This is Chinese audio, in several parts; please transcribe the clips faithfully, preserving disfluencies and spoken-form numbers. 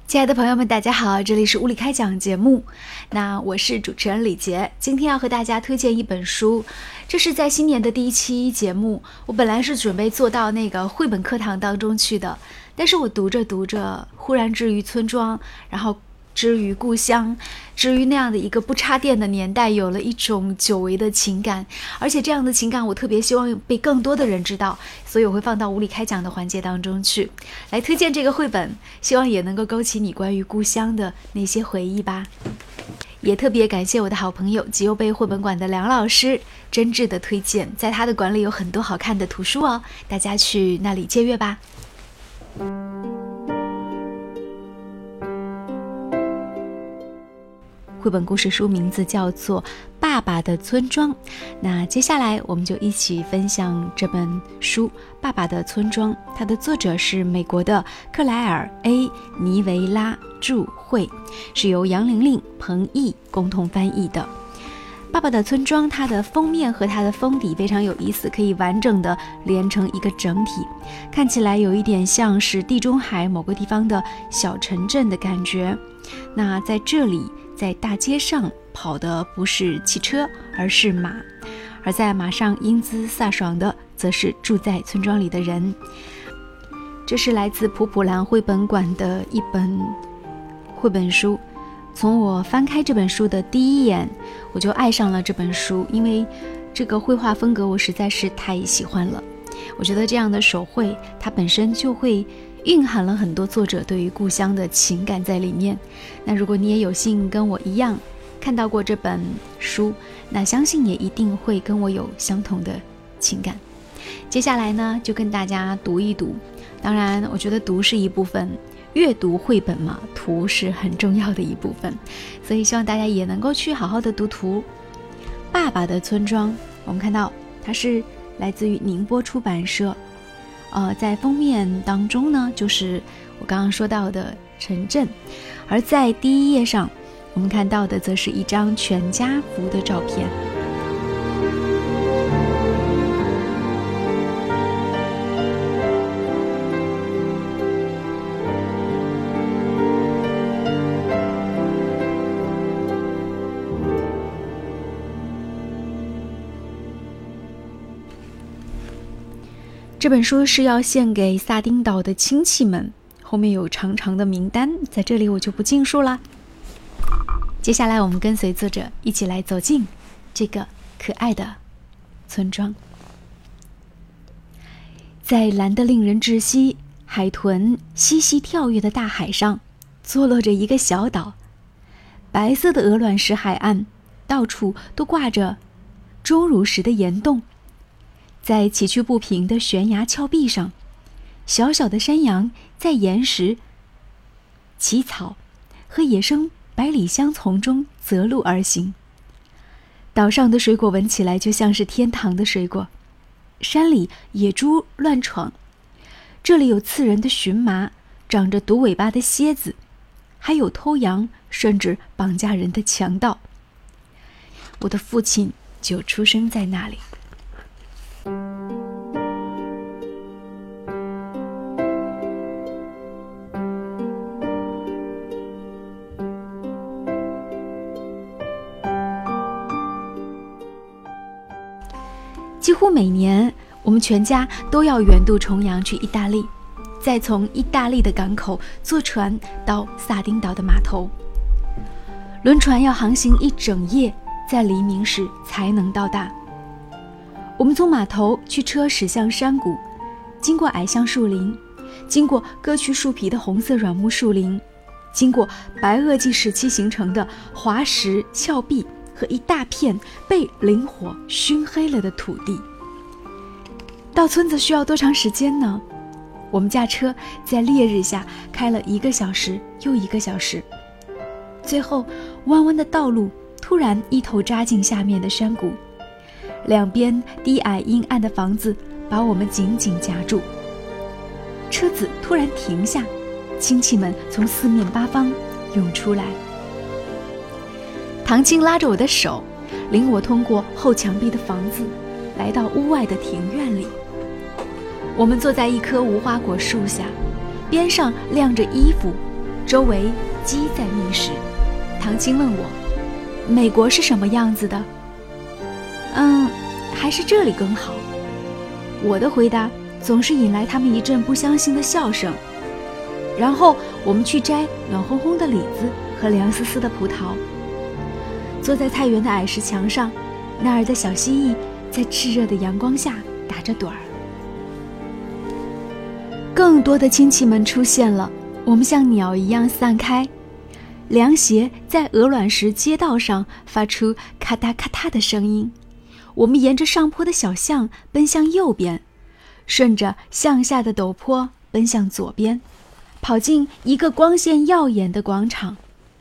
亲爱的朋友们，大家好，这里是物理开讲节目，那我是主持人李杰，今天要和大家推荐一本书，这是在新年的第一期节目，我本来是准备做到那个绘本课堂当中去的，但是我读着读着，忽然之于村庄，然后之于故乡，之于那样的一个不插电的年代，有了一种久违的情感，而且这样的情感我特别希望被更多的人知道，所以我会放到无理开讲的环节当中去，来推荐这个绘本，希望也能够勾起你关于故乡的那些回忆吧。也特别感谢我的好朋友吉优贝绘本馆的梁老师真挚的推荐，在他的馆里有很多好看的图书哦，大家去那里借阅吧。绘本故事书名字叫做《爸爸的村庄》，那接下来我们就一起分享这本书《爸爸的村庄》，它的作者是美国的克莱尔 A 尼维拉著绘，是由杨玲玲、彭毅共同翻译的。爸爸的村庄，它的封面和它的封底非常有意思，可以完整的连成一个整体，看起来有一点像是地中海某个地方的小城镇的感觉。那在这里，在大街上跑的不是汽车，而是马，而在马上英姿飒爽的则是住在村庄里的人。这是来自普普兰绘本馆的一本绘本书，从我翻开这本书的第一眼，我就爱上了这本书，因为这个绘画风格我实在是太喜欢了。我觉得这样的手绘，它本身就会蕴含了很多作者对于故乡的情感在里面。那如果你也有幸跟我一样看到过这本书，那相信也一定会跟我有相同的情感。接下来呢，就跟大家读一读。当然，我觉得读是一部分，阅读绘本嘛，图是很重要的一部分，所以希望大家也能够去好好的读图。爸爸的村庄，我们看到它是来自于宁波出版社。呃，在封面当中呢，就是我刚刚说到的城镇，而在第一页上，我们看到的则是一张全家福的照片。这本书是要献给萨丁岛的亲戚们，后面有长长的名单，在这里我就不尽述了。接下来我们跟随作者一起来走进这个可爱的村庄。在蓝得令人窒息、海豚嬉戏跳跃的大海上，坐落着一个小岛，白色的鹅卵石海岸，到处都挂着钟乳石的岩洞。在崎岖不平的悬崖峭壁上，小小的山羊在岩石、奇草和野生百里香丛中择路而行。岛上的水果闻起来就像是天堂的水果，山里野猪乱闯，这里有刺人的荨麻，长着毒尾巴的蝎子，还有偷羊甚至绑架人的强盗。我的父亲就出生在那里。几乎每年我们全家都要远渡重洋去意大利，再从意大利的港口坐船到萨丁岛的码头。轮船要航行一整夜，在黎明时才能到达。我们从码头驱车驶向山谷，经过矮橡树林，经过割去树皮的红色软木树林，经过白垩纪时期形成的滑石峭壁和一大片被磷火熏黑了的土地。到村子需要多长时间呢？我们驾车在烈日下开了一个小时又一个小时，最后弯弯的道路突然一头扎进下面的山谷，两边低矮阴暗的房子把我们紧紧夹住。车子突然停下，亲戚们从四面八方涌出来。唐青拉着我的手，领我通过后墙壁的房子，来到屋外的庭院里。我们坐在一棵无花果树下，边上晾着衣服， 周围鸡在觅食。唐青问我，美国是什么样子的？嗯，还是这里更好。我的回答总是引来他们一阵不相信的笑声。然后我们去摘暖烘烘的李子和凉丝丝的葡萄，坐在菜园的矮石墙上，那儿的小蜥蜴在炽热的阳光下打着盹儿。更多的亲戚们出现了，我们像鸟一样散开，凉鞋在鹅卵石街道上发出咔嗒咔嗒的声音。我们沿着上坡的小巷奔向右边，顺着向下的陡坡奔向左边，跑进一个光线耀眼的广场。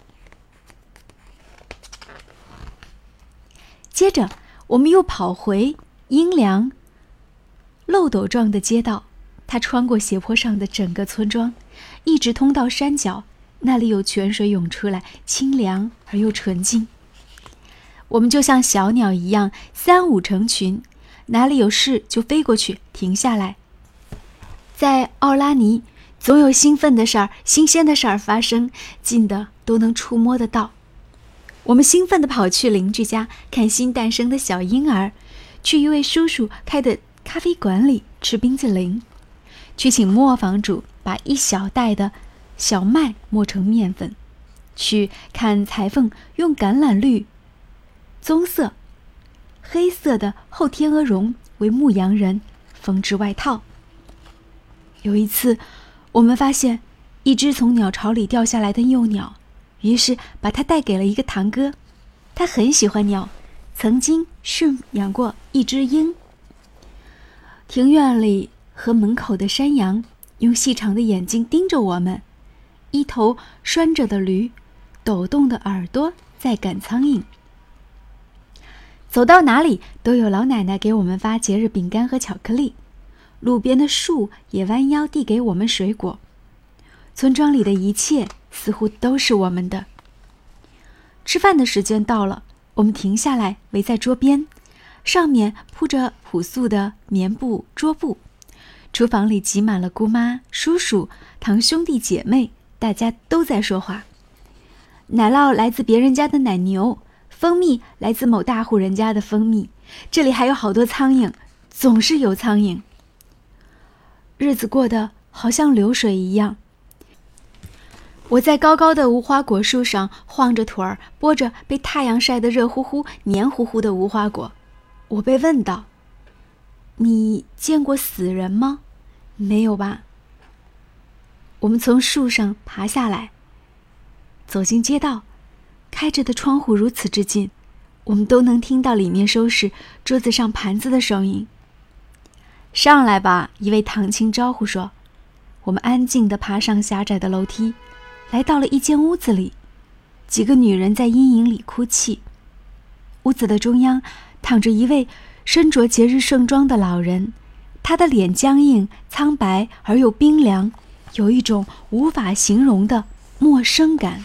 接着我们又跑回阴凉漏斗状的街道，它穿过斜坡上的整个村庄，一直通到山脚，那里有泉水涌出来，清凉而又纯净。我们就像小鸟一样三五成群，哪里有事就飞过去，停下来。在奥拉尼总有兴奋的事儿、新鲜的事儿发生，近的都能触摸得到。我们兴奋地跑去邻居家看新诞生的小婴儿，去一位叔叔开的咖啡馆里吃冰淇淋，去请磨坊主把一小袋的小麦磨成面粉，去看裁缝用橄榄绿、棕色、黑色的厚天鹅绒为牧羊人缝制外套。有一次我们发现一只从鸟巢里掉下来的幼鸟，于是把它带给了一个堂哥。他很喜欢鸟，曾经驯养过一只鹰。庭院里和门口的山羊用细长的眼睛盯着我们，一头拴着的驴抖动的耳朵在赶苍蝇。走到哪里都有老奶奶给我们发节日饼干和巧克力，路边的树也弯腰递给我们水果。村庄里的一切似乎都是我们的。吃饭的时间到了，我们停下来围在桌边，上面铺着朴素的棉布桌布。厨房里挤满了姑妈、叔叔、堂兄弟姐妹，大家都在说话。奶酪来自别人家的奶牛，蜂蜜来自某大户人家的蜂蜜，这里还有好多苍蝇，总是有苍蝇。日子过得好像流水一样。我在高高的无花果树上晃着腿儿，剥着被太阳晒得热乎乎、黏糊糊的无花果。我被问到：“你见过死人吗？”“没有吧。”我们从树上爬下来，走进街道，开着的窗户如此之近，我们都能听到里面收拾桌子上盘子的声音。“上来吧！”一位堂亲招呼说。我们安静地爬上狭窄的楼梯，来到了一间屋子里，几个女人在阴影里哭泣。屋子的中央躺着一位身着节日盛装的老人，他的脸僵硬、苍白而又冰凉，有一种无法形容的陌生感。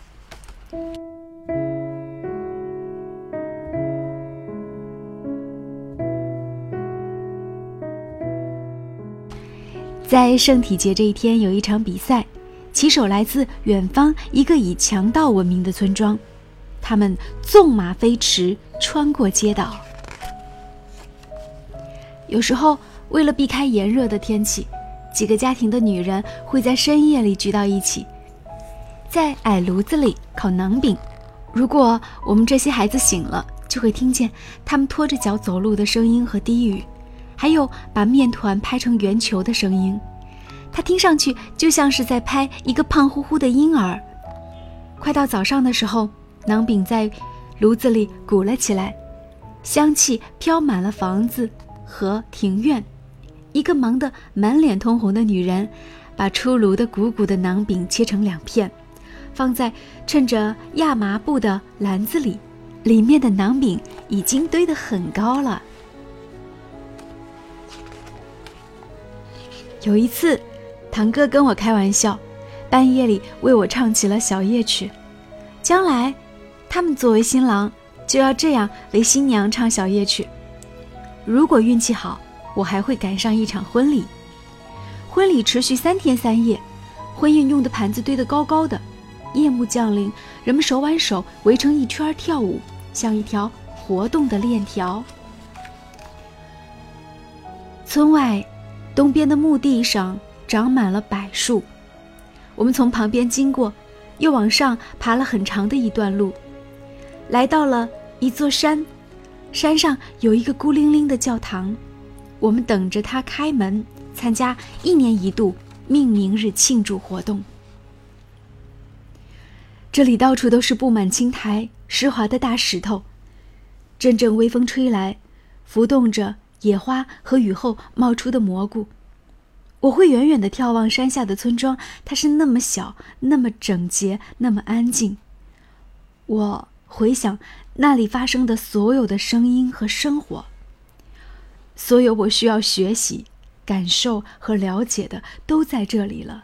在圣体节这一天，有一场比赛，骑手来自远方一个以强盗闻名的村庄，他们纵马飞驰，穿过街道。有时候为了避开炎热的天气，几个家庭的女人会在深夜里聚到一起，在矮炉子里烤馕饼。如果我们这些孩子醒了，就会听见他们拖着脚走路的声音和低语，还有把面团拍成圆球的声音。它听上去就像是在拍一个胖乎乎的婴儿。快到早上的时候，馕饼在炉子里鼓了起来，香气飘满了房子和庭院。一个忙得满脸通红的女人把出炉的鼓鼓的馕饼切成两片，放在衬着亚麻布的篮子里，里面的馕饼已经堆得很高了。有一次，堂哥跟我开玩笑，半夜里为我唱起了小夜曲。将来他们作为新郎就要这样为新娘唱小夜曲。如果运气好，我还会赶上一场婚礼。婚礼持续三天三夜， 婚宴用的盘子堆得高高的。夜幕降临，人们手挽手围成一圈跳舞，像一条活动的链条。村外东边的墓地上长满了柏树，我们从旁边经过，又往上爬了很长的一段路，来到了一座山，山上有一个孤零零的教堂，我们等着它开门，参加一年一度命名日庆祝活动。这里到处都是布满青苔湿滑的大石头，阵阵微风吹来，浮动着野花和雨后冒出的蘑菇。我会远远地眺望山下的村庄，它是那么小，那么整洁，那么安静。我回想那里发生的所有的声音和生活，所有我需要学习、感受和了解的都在这里了。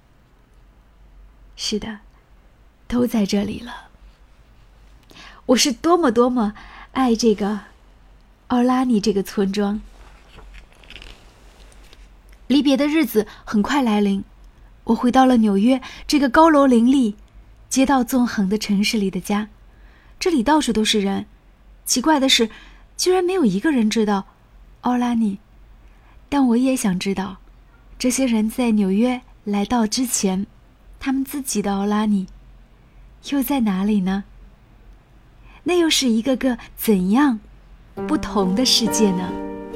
是的，都在这里了。我是多么多么爱这个奥拉尼这个村庄。离别的日子很快来临，我回到了纽约这个高楼林立、街道纵横的城市里的家。这里到处都是人，奇怪的是，居然没有一个人知道奥拉尼。但我也想知道，这些人在纽约来到之前，他们自己的奥拉尼又在哪里呢？那又是一个个怎样不同的世界呢？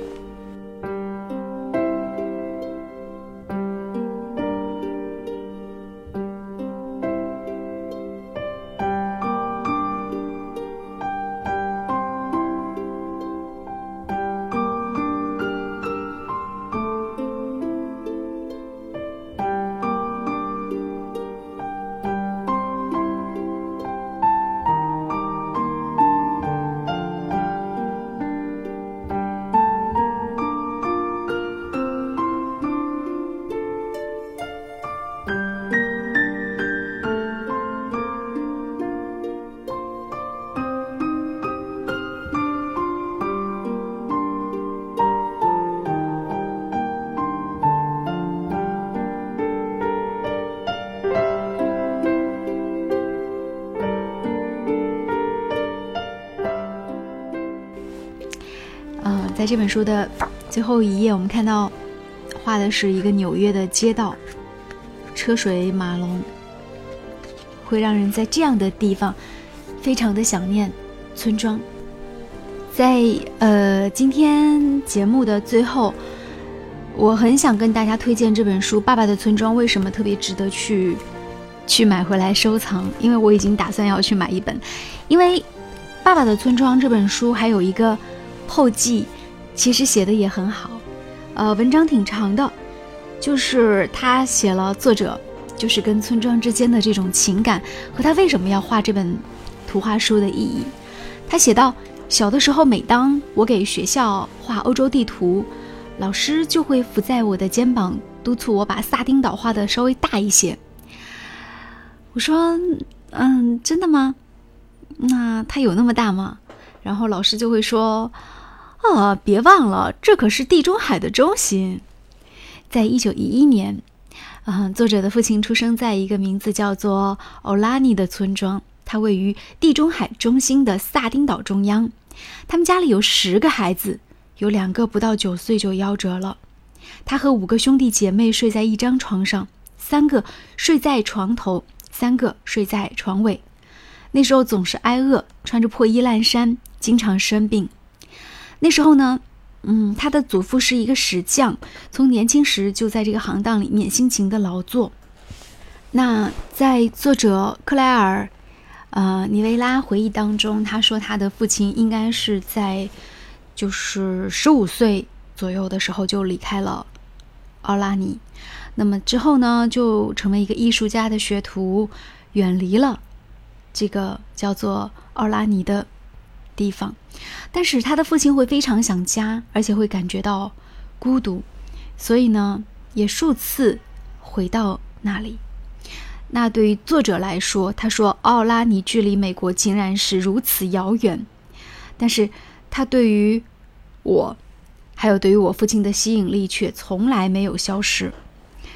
在这本书的最后一页，我们看到画的是一个纽约的街道，车水马龙，会让人在这样的地方非常的想念村庄。在呃今天节目的最后，我很想跟大家推荐这本书《爸爸的村庄》为什么特别值得去去买回来收藏，因为我已经打算要去买一本。因为《爸爸的村庄》这本书还有一个后记，其实写的也很好，呃，文章挺长的，就是他写了作者就是跟村庄之间的这种情感和他为什么要画这本图画书的意义。他写到，小的时候每当我给学校画欧洲地图，老师就会伏在我的肩膀督促我把萨丁岛画得稍微大一些。我说嗯，真的吗？那它有那么大吗？然后老师就会说，哦，别忘了，这可是地中海的中心。在一九一一年，嗯，作者的父亲出生在一个名字叫做奥拉尼的村庄，它位于地中海中心的萨丁岛中央。他们家里有十个孩子，有两个不到九岁就夭折了。他和五个兄弟姐妹睡在一张床上，三个睡在床头，三个睡在床尾。那时候总是挨饿，穿着破衣烂衫，经常生病。那时候呢，嗯，他的祖父是一个石匠，从年轻时就在这个行当里面辛勤的劳作。那在作者克莱尔呃，尼维拉回忆当中，他说他的父亲应该是在就是十五岁左右的时候就离开了奥拉尼，那么之后呢，就成为一个艺术家的学徒，远离了这个叫做奥拉尼的地方。但是他的父亲会非常想家，而且会感觉到孤独，所以呢，也数次回到那里。那对于作者来说，他说奥拉尼距离美国竟然是如此遥远，但是他对于我还有对于我父亲的吸引力却从来没有消失。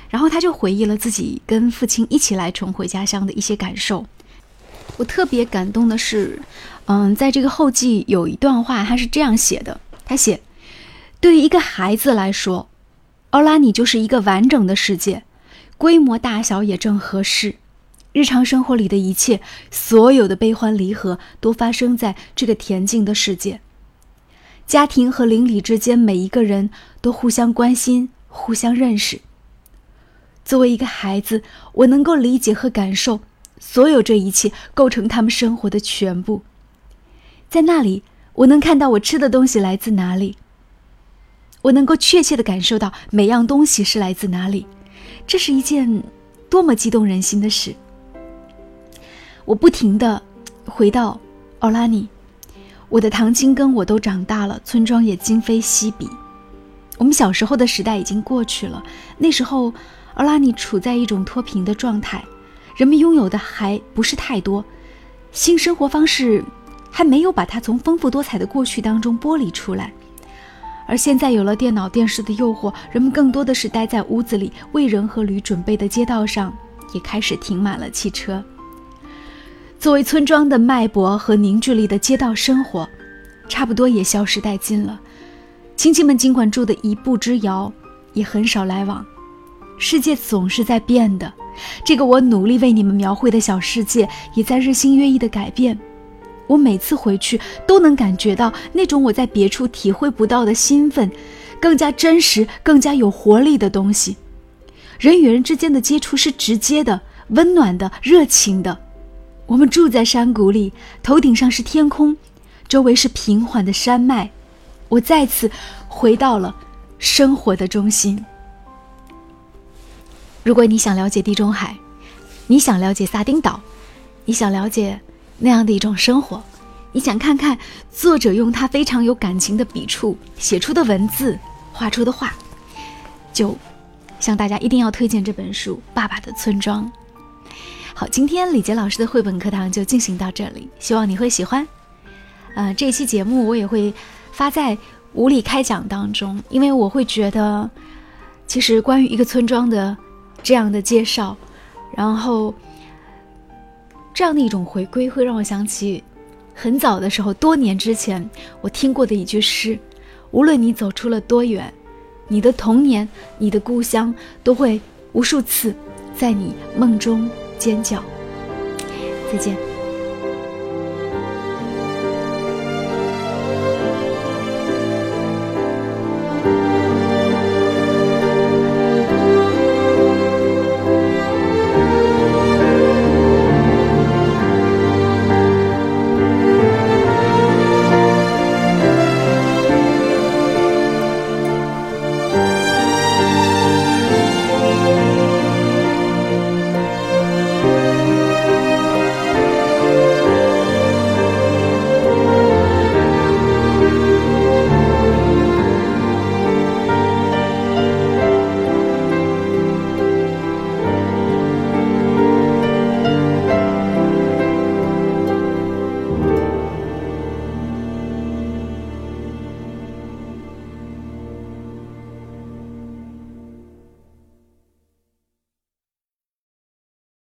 然后他就回忆了自己跟父亲一起来重回家乡的一些感受。我特别感动的是，嗯，在这个后记有一段话，他是这样写的，他写，对于一个孩子来说，奥拉尼就是一个完整的世界，规模大小也正合适。日常生活里的一切，所有的悲欢离合都发生在这个恬静的世界。家庭和邻里之间，每一个人都互相关心，互相认识。作为一个孩子，我能够理解和感受所有这一切构成他们生活的全部。在那里，我能看到我吃的东西来自哪里，我能够确切地感受到每样东西是来自哪里。这是一件多么激动人心的事。我不停地回到奥拉尼，我的堂亲跟我都长大了，村庄也今非昔比。我们小时候的时代已经过去了，那时候奥拉尼处在一种脱贫的状态，人们拥有的还不是太多，新生活方式还没有把它从丰富多彩的过去当中剥离出来。而现在有了电脑电视的诱惑，人们更多的是待在屋子里，为人和驴准备的街道上也开始停满了汽车。作为村庄的脉搏和凝聚力的街道生活，差不多也消失殆尽了。亲戚们尽管住得一步之遥，也很少来往。世界总是在变的，这个我努力为你们描绘的小世界也在日新月异的改变。我每次回去都能感觉到那种我在别处体会不到的兴奋，更加真实，更加有活力的东西。人与人之间的接触是直接的、温暖的、热情的。我们住在山谷里，头顶上是天空，周围是平缓的山脉。我再次回到了生活的中心。如果你想了解地中海，你想了解撒丁岛，你想了解那样的一种生活，你想看看作者用他非常有感情的笔触写出的文字，画出的画，就向大家一定要推荐这本书《爸爸的村庄》。好，今天李杰老师的绘本课堂就进行到这里，希望你会喜欢。呃，这期节目我也会发在无理开讲当中，因为我会觉得，其实关于一个村庄的这样的介绍，然后这样的一种回归，会让我想起很早的时候，多年之前我听过的一句诗：无论你走出了多远，你的童年，你的故乡，都会无数次在你梦中尖叫。再见。